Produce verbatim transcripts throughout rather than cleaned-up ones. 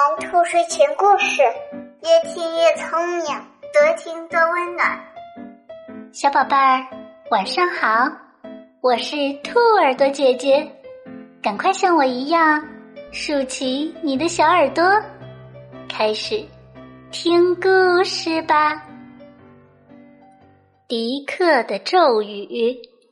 兔睡前故事，越听越聪明，多听多温暖。 小宝贝儿，晚上好，我是兔耳朵姐姐，赶快像我一样竖起你的小耳朵，开始听故事吧。迪克的咒语。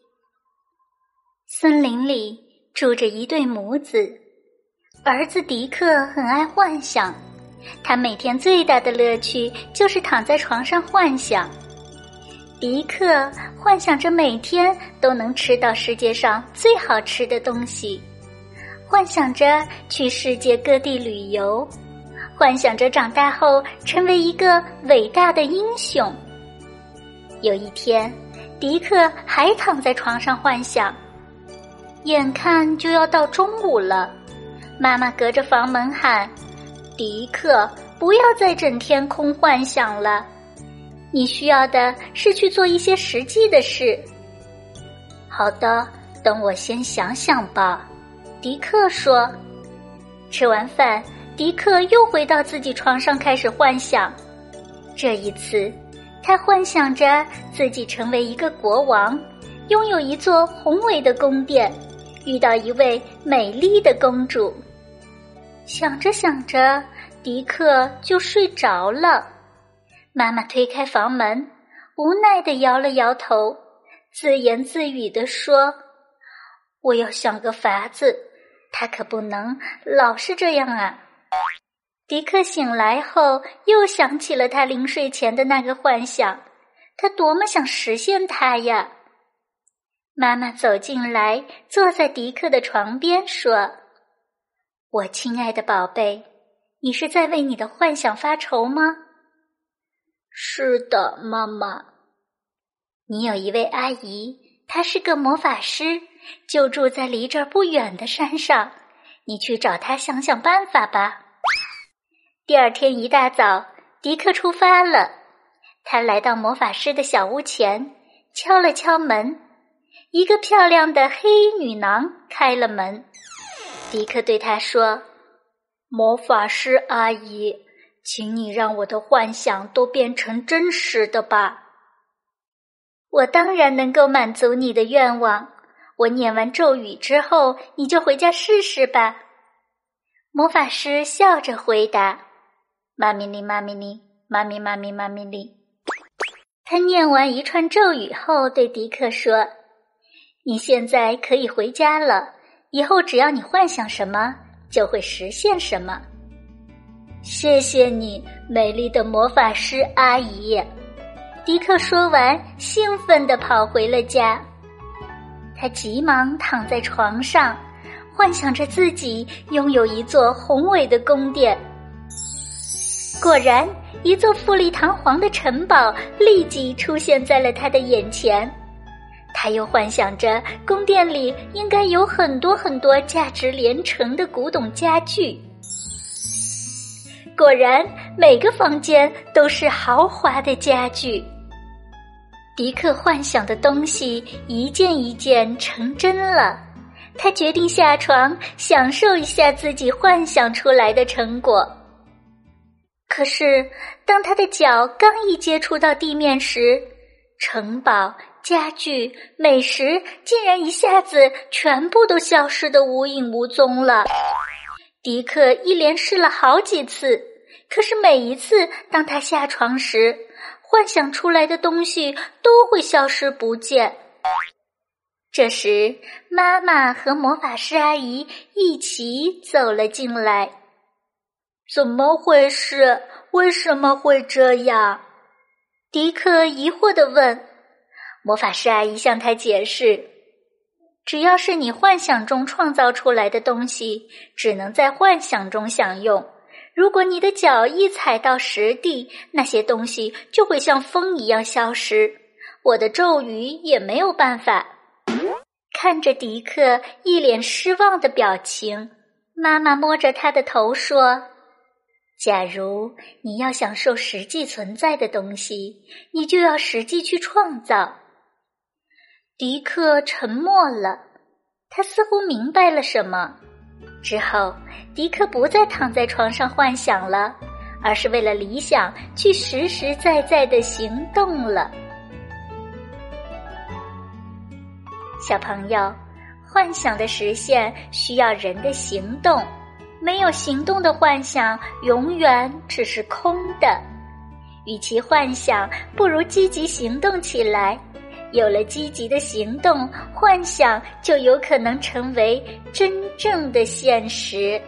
森林里住着一对母子，儿子迪克很爱幻想，他每天最大的乐趣就是躺在床上幻想。迪克幻想着每天都能吃到世界上最好吃的东西，幻想着去世界各地旅游，幻想着长大后成为一个伟大的英雄。有一天，迪克还躺在床上幻想，眼看就要到中午了，妈妈隔着房门喊：迪克，不要再整天空幻想了，你需要的是去做一些实际的事。好的，等我先想想吧，迪克说。吃完饭，迪克又回到自己床上开始幻想。这一次，他幻想着自己成为一个国王，拥有一座宏伟的宫殿，遇到一位美丽的公主。想着想着，迪克就睡着了。妈妈推开房门，无奈地摇了摇头，自言自语地说：我要想个法子，他可不能老是这样啊。迪克醒来后，又想起了他临睡前的那个幻想，他多么想实现它呀。妈妈走进来，坐在迪克的床边说：我亲爱的宝贝，你是在为你的幻想发愁吗？是的，妈妈。你有一位阿姨，她是个魔法师，就住在离这儿不远的山上，你去找她想想办法吧。第二天一大早，迪克出发了。他来到魔法师的小屋前，敲了敲门。一个漂亮的黑衣女郎开了门。迪克对她说：魔法师阿姨，请你让我的幻想都变成真实的吧。我当然能够满足你的愿望，我念完咒语之后，你就回家试试吧。魔法师笑着回答：妈咪哩妈咪哩，妈咪妈咪妈咪哩。他念完一串咒语后，对迪克说：你现在可以回家了，以后只要你幻想什么，就会实现什么。谢谢你，美丽的魔法师阿姨。迪克说完，兴奋地跑回了家。他急忙躺在床上，幻想着自己拥有一座宏伟的宫殿。果然，一座富丽堂皇的城堡立即出现在了他的眼前。他又幻想着宫殿里应该有很多很多价值连城的古董家具。果然，每个房间都是豪华的家具。迪克幻想的东西一件一件成真了，他决定下床享受一下自己幻想出来的成果。可是，当他的脚刚一接触到地面时，城堡、家具、美食竟然一下子全部都消失得无影无踪了。迪克一连试了好几次，可是每一次当他下床时，幻想出来的东西都会消失不见。这时，妈妈和魔法师阿姨一起走了进来。怎么回事？为什么会这样？迪克疑惑地问。魔法师阿姨向他解释，只要是你幻想中创造出来的东西，只能在幻想中享用。如果你的脚一踩到实地，那些东西就会像风一样消失，我的咒语也没有办法。看着迪克一脸失望的表情，妈妈摸着他的头说：假如你要享受实际存在的东西，你就要实际去创造。迪克沉默了，他似乎明白了什么。 之后，迪克不再躺在床上幻想了，而是为了理想去实实在在地行动了。小朋友，幻想的实现需要人的行动，没有行动的幻想永远只是空的。与其幻想，不如积极行动起来。有了积极的行动，幻想就有可能成为真正的现实。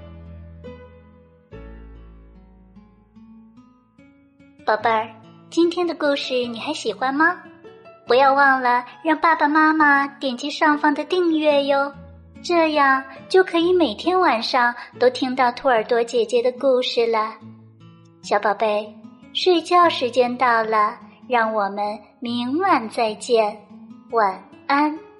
宝贝儿，今天的故事你还喜欢吗？不要忘了让爸爸妈妈点击上方的订阅哟，这样就可以每天晚上都听到兔耳朵姐姐的故事了。小宝贝，睡觉时间到了，让我们明晚再见，晚安。